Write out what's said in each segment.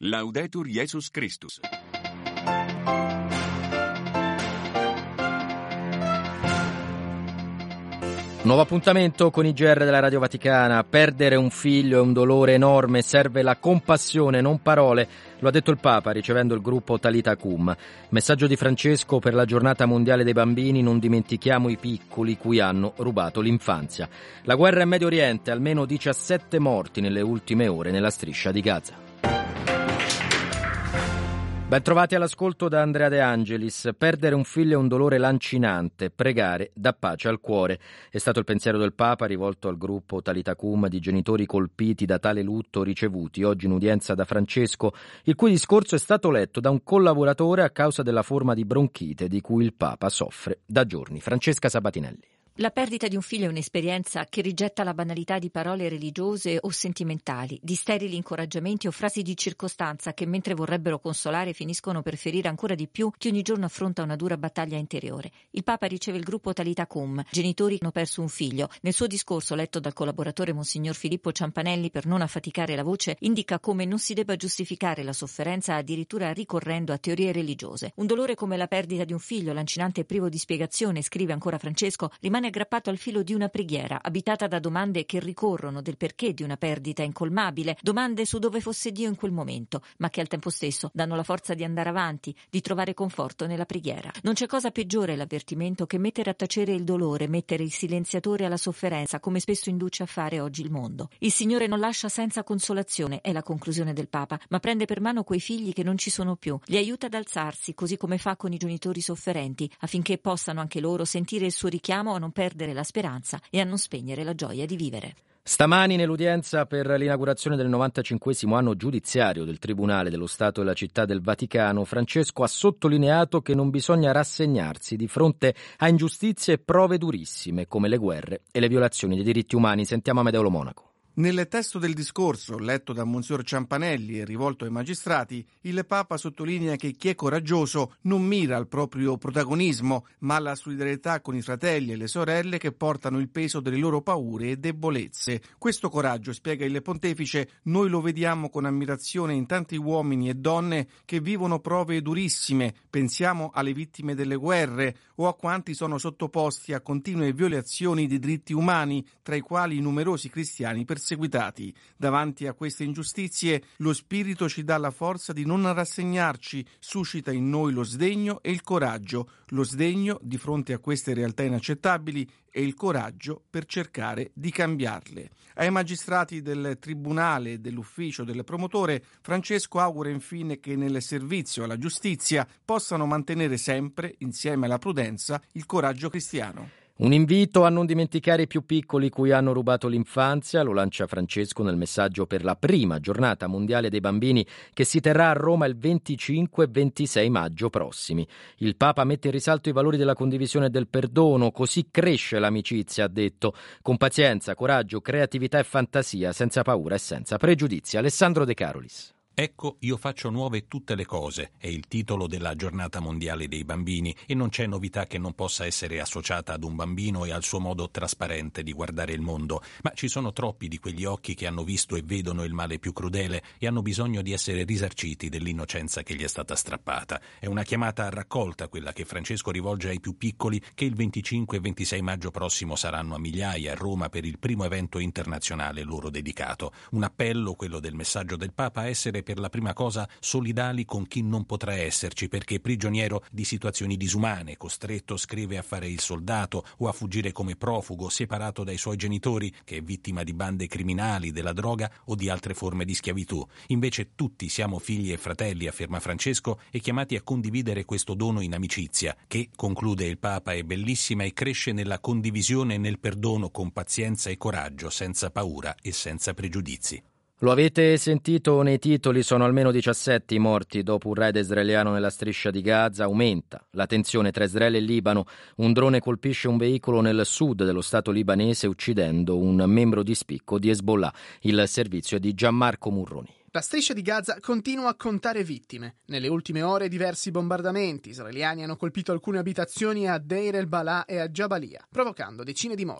Laudetur Jesus Christus. Nuovo appuntamento con i GR della Radio Vaticana. Perdere un figlio è un dolore enorme, serve la compassione, non parole. Lo ha detto il Papa ricevendo il gruppo Talita Cum. Messaggio di Francesco per la giornata mondiale dei bambini: non dimentichiamo i piccoli cui hanno rubato l'infanzia. La guerra in Medio Oriente, almeno 17 morti nelle ultime ore nella striscia di Gaza. Ben trovati all'ascolto da Andrea De Angelis. Perdere un figlio è un dolore lancinante, pregare dà pace al cuore. È stato il pensiero del Papa rivolto al gruppo Talita Cum di genitori colpiti da tale lutto ricevuti oggi in udienza da Francesco, il cui discorso è stato letto da un collaboratore a causa della forma di bronchite di cui il Papa soffre da giorni. Francesca Sabatinelli. La perdita di un figlio è un'esperienza che rigetta la banalità di parole religiose o sentimentali, di sterili incoraggiamenti o frasi di circostanza che, mentre vorrebbero consolare, finiscono per ferire ancora di più chi ogni giorno affronta una dura battaglia interiore. Il Papa riceve il gruppo Talita Cum, genitori che hanno perso un figlio. Nel suo discorso, letto dal collaboratore Monsignor Filippo Ciampanelli per non affaticare la voce, indica come non si debba giustificare la sofferenza addirittura ricorrendo a teorie religiose. Un dolore come la perdita di un figlio, lancinante e privo di spiegazione, scrive ancora Francesco, rimane aggrappato al filo di una preghiera, abitata da domande che ricorrono del perché di una perdita incolmabile, domande su dove fosse Dio in quel momento, ma che al tempo stesso danno la forza di andare avanti, di trovare conforto nella preghiera. Non c'è cosa peggiore, l'avvertimento, che mettere a tacere il dolore, mettere il silenziatore alla sofferenza, come spesso induce a fare oggi il mondo. Il Signore non lascia senza consolazione, è la conclusione del Papa, ma prende per mano quei figli che non ci sono più, li aiuta ad alzarsi, così come fa con i genitori sofferenti, affinché possano anche loro sentire il suo richiamo a non perdere la speranza e a non spegnere la gioia di vivere. Stamani nell'udienza per l'inaugurazione del 95esimo anno giudiziario del Tribunale dello Stato e la Città del Vaticano, Francesco ha sottolineato che non bisogna rassegnarsi di fronte a ingiustizie e prove durissime come le guerre e le violazioni dei diritti umani. Sentiamo Amedeo Lo Monaco. Nel testo del discorso, letto da Monsignor Ciampanelli e rivolto ai magistrati, il Papa sottolinea che chi è coraggioso non mira al proprio protagonismo, ma alla solidarietà con i fratelli e le sorelle che portano il peso delle loro paure e debolezze. Questo coraggio, spiega il Pontefice, noi lo vediamo con ammirazione in tanti uomini e donne che vivono prove durissime. Pensiamo alle vittime delle guerre o a quanti sono sottoposti a continue violazioni dei diritti umani, tra i quali i numerosi cristiani perseguitati. Davanti a queste ingiustizie, lo Spirito ci dà la forza di non rassegnarci, suscita in noi lo sdegno e il coraggio, lo sdegno di fronte a queste realtà inaccettabili e il coraggio per cercare di cambiarle. Ai magistrati del Tribunale e dell'ufficio del promotore, Francesco augura infine che nel servizio alla giustizia possano mantenere sempre, insieme alla prudenza, il coraggio cristiano. Un invito a non dimenticare i più piccoli cui hanno rubato l'infanzia, lo lancia Francesco nel messaggio per la prima giornata mondiale dei bambini che si terrà a Roma il 25 e 26 maggio prossimi. Il Papa mette in risalto i valori della condivisione e del perdono, così cresce l'amicizia, ha detto, con pazienza, coraggio, creatività e fantasia, senza paura e senza pregiudizi. Alessandro De Carolis. Ecco, io faccio nuove tutte le cose, è il titolo della giornata mondiale dei bambini e non c'è novità che non possa essere associata ad un bambino e al suo modo trasparente di guardare il mondo, ma ci sono troppi di quegli occhi che hanno visto e vedono il male più crudele e hanno bisogno di essere risarciti dell'innocenza che gli è stata strappata. È una chiamata a raccolta quella che Francesco rivolge ai più piccoli che il 25 e 26 maggio prossimo saranno a migliaia a Roma per il primo evento internazionale loro dedicato. Un appello, quello del messaggio del Papa, a essere per la prima cosa solidali con chi non potrà esserci perché prigioniero di situazioni disumane, costretto, scrive, a fare il soldato o a fuggire come profugo, separato dai suoi genitori, che è vittima di bande criminali, della droga o di altre forme di schiavitù. Invece tutti siamo figli e fratelli, afferma Francesco, e chiamati a condividere questo dono in amicizia che, conclude il Papa, è bellissima e cresce nella condivisione e nel perdono con pazienza e coraggio, senza paura e senza pregiudizi. Lo avete sentito nei titoli, sono almeno 17 i morti dopo un raid israeliano nella striscia di Gaza. Aumenta la tensione tra Israele e Libano. Un drone colpisce un veicolo nel sud dello stato libanese uccidendo un membro di spicco di Hezbollah. Il servizio è di Gianmarco Murroni. La striscia di Gaza continua a contare vittime. Nelle ultime ore diversi bombardamenti israeliani hanno colpito alcune abitazioni a Deir el-Balah e a Jabalia, provocando decine di morti.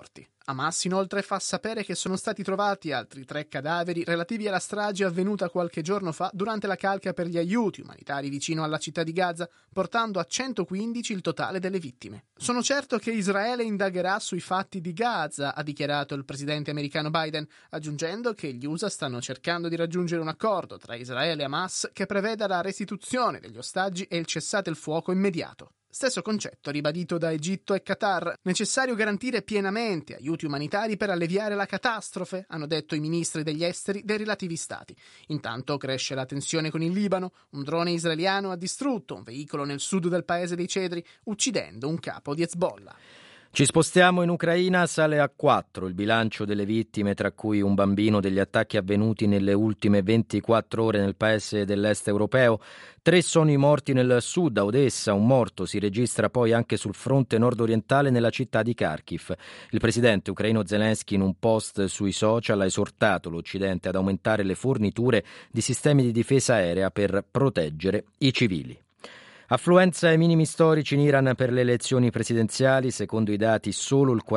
Hamas inoltre fa sapere che sono stati trovati altri 3 cadaveri relativi alla strage avvenuta qualche giorno fa durante la calca per gli aiuti umanitari vicino alla città di Gaza, portando a 115 il totale delle vittime. Sono certo che Israele indagherà sui fatti di Gaza, ha dichiarato il presidente americano Biden, aggiungendo che gli USA stanno cercando di raggiungere un accordo tra Israele e Hamas che preveda la restituzione degli ostaggi e il cessate il fuoco immediato. Stesso concetto ribadito da Egitto e Qatar. Necessario garantire pienamente aiuti umanitari per alleviare la catastrofe, hanno detto i ministri degli esteri dei relativi stati. Intanto cresce la tensione con il Libano. Un drone israeliano ha distrutto un veicolo nel sud del paese dei Cedri, uccidendo un capo di Hezbollah. Ci spostiamo in Ucraina, sale a 4 il bilancio delle vittime, tra cui un bambino degli attacchi avvenuti nelle ultime 24 ore nel paese dell'est europeo. 3 sono i morti nel sud, a Odessa, un morto si registra poi anche sul fronte nord-orientale nella città di Kharkiv. Il presidente ucraino Zelensky in un post sui social ha esortato l'Occidente ad aumentare le forniture di sistemi di difesa aerea per proteggere i civili. Affluenza ai minimi storici in Iran per le elezioni presidenziali. Secondo i dati, solo il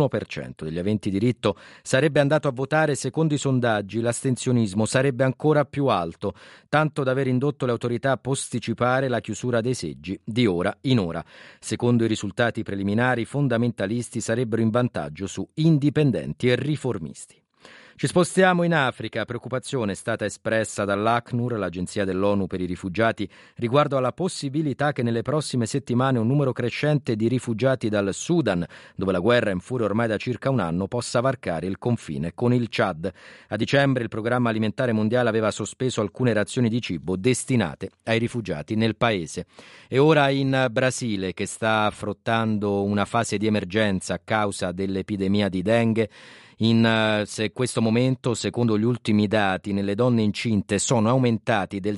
41% degli aventi diritto sarebbe andato a votare. Secondo i sondaggi, l'astensionismo sarebbe ancora più alto, tanto da aver indotto le autorità a posticipare la chiusura dei seggi di ora in ora. Secondo i risultati preliminari, i fondamentalisti sarebbero in vantaggio su indipendenti e riformisti. Ci spostiamo in Africa. Preoccupazione è stata espressa dall'ACNUR, l'agenzia dell'ONU per i rifugiati, riguardo alla possibilità che nelle prossime settimane un numero crescente di rifugiati dal Sudan, dove la guerra è in furia ormai da circa un anno, possa varcare il confine con il Chad. A dicembre il Programma Alimentare Mondiale aveva sospeso alcune razioni di cibo destinate ai rifugiati nel paese. E ora in Brasile, che sta affrontando una fase di emergenza a causa dell'epidemia di dengue. In questo momento, secondo gli ultimi dati, nelle donne incinte sono aumentati del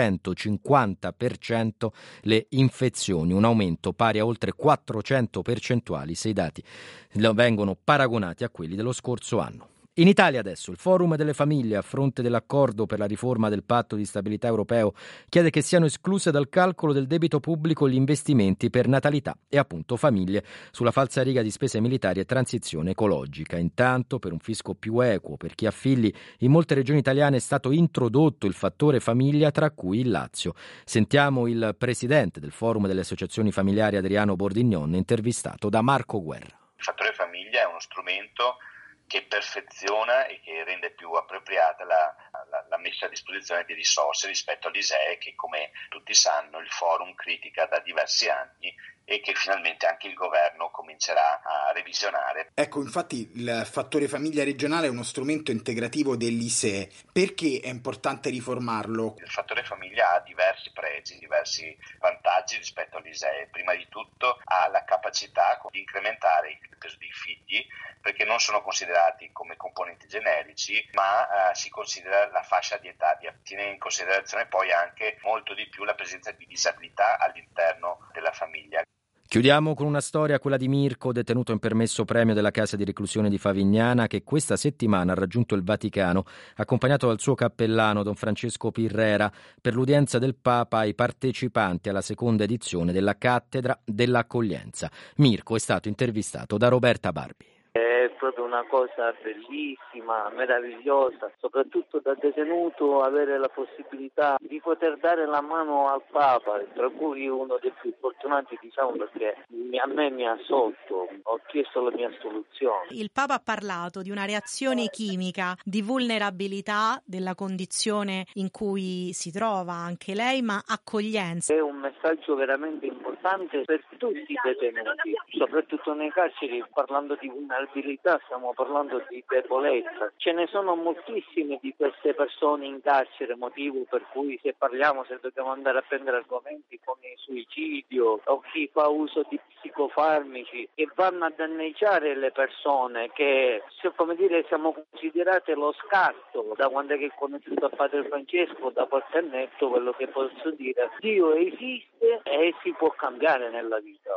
350% le infezioni, un aumento pari a oltre 400 percentuali se i dati vengono paragonati a quelli dello scorso anno. In Italia adesso il Forum delle Famiglie, a fronte dell'accordo per la riforma del Patto di stabilità europeo, chiede che siano escluse dal calcolo del debito pubblico gli investimenti per natalità e appunto famiglie sulla falsariga di spese militari e transizione ecologica. Intanto, per un fisco più equo per chi ha figli, in molte regioni italiane è stato introdotto il fattore famiglia, tra cui il Lazio. Sentiamo il presidente del Forum delle associazioni familiari Adriano Bordignon, intervistato da Marco Guerra. Il fattore famiglia è uno strumento che perfeziona e che rende più appropriata la messa a disposizione di risorse rispetto all'ISEE, che come tutti sanno il Forum critica da diversi anni e che finalmente anche il governo comincerà a revisionare. Ecco, infatti il fattore famiglia regionale è uno strumento integrativo dell'ISEE. Perché è importante riformarlo? Il fattore famiglia ha diversi pregi, diversi vantaggi rispetto all'ISEE. Prima di tutto ha la capacità di incrementare il peso dei figli, perché non sono considerati come componenti generici, ma si considera la fascia di età, tiene in considerazione poi anche molto di più la presenza di disabilità all'interno della famiglia. Chiudiamo con una storia, quella di Mirko, detenuto in permesso premio della casa di reclusione di Favignana, che questa settimana ha raggiunto il Vaticano, accompagnato dal suo cappellano, Don Francesco Pirrera, per l'udienza del Papa ai partecipanti alla seconda edizione della Cattedra dell'Accoglienza. Mirko è stato intervistato da Roberta Barbi. È proprio una cosa bellissima, meravigliosa, soprattutto da detenuto avere la possibilità di poter dare la mano al Papa, tra cui uno dei più fortunati, perché a me mi ha assolto, ho chiesto la mia assoluzione. Il Papa ha parlato di una reazione chimica, di vulnerabilità della condizione in cui si trova anche lei, ma accoglienza. È un messaggio veramente importante per tutti i detenuti, soprattutto nei carceri. Parlando di vulnerabilità stiamo parlando di debolezza. Ce ne sono moltissime di queste persone in carcere, motivo per cui se dobbiamo andare a prendere argomenti come il suicidio o chi fa uso di psicofarmici, che vanno a danneggiare le persone, che siamo considerate lo scarto. Da quando è che ho conosciuto a Padre Francesco, da qualche annetto, quello che posso dire, Dio esiste e si può cambiare nella vita.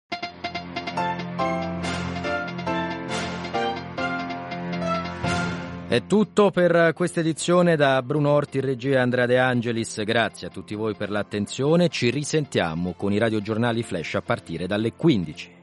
È tutto per questa edizione. Da Bruno Orti in regia, Andrea De Angelis. Grazie a tutti voi per l'attenzione. Ci risentiamo con i radiogiornali Flash a partire dalle 15.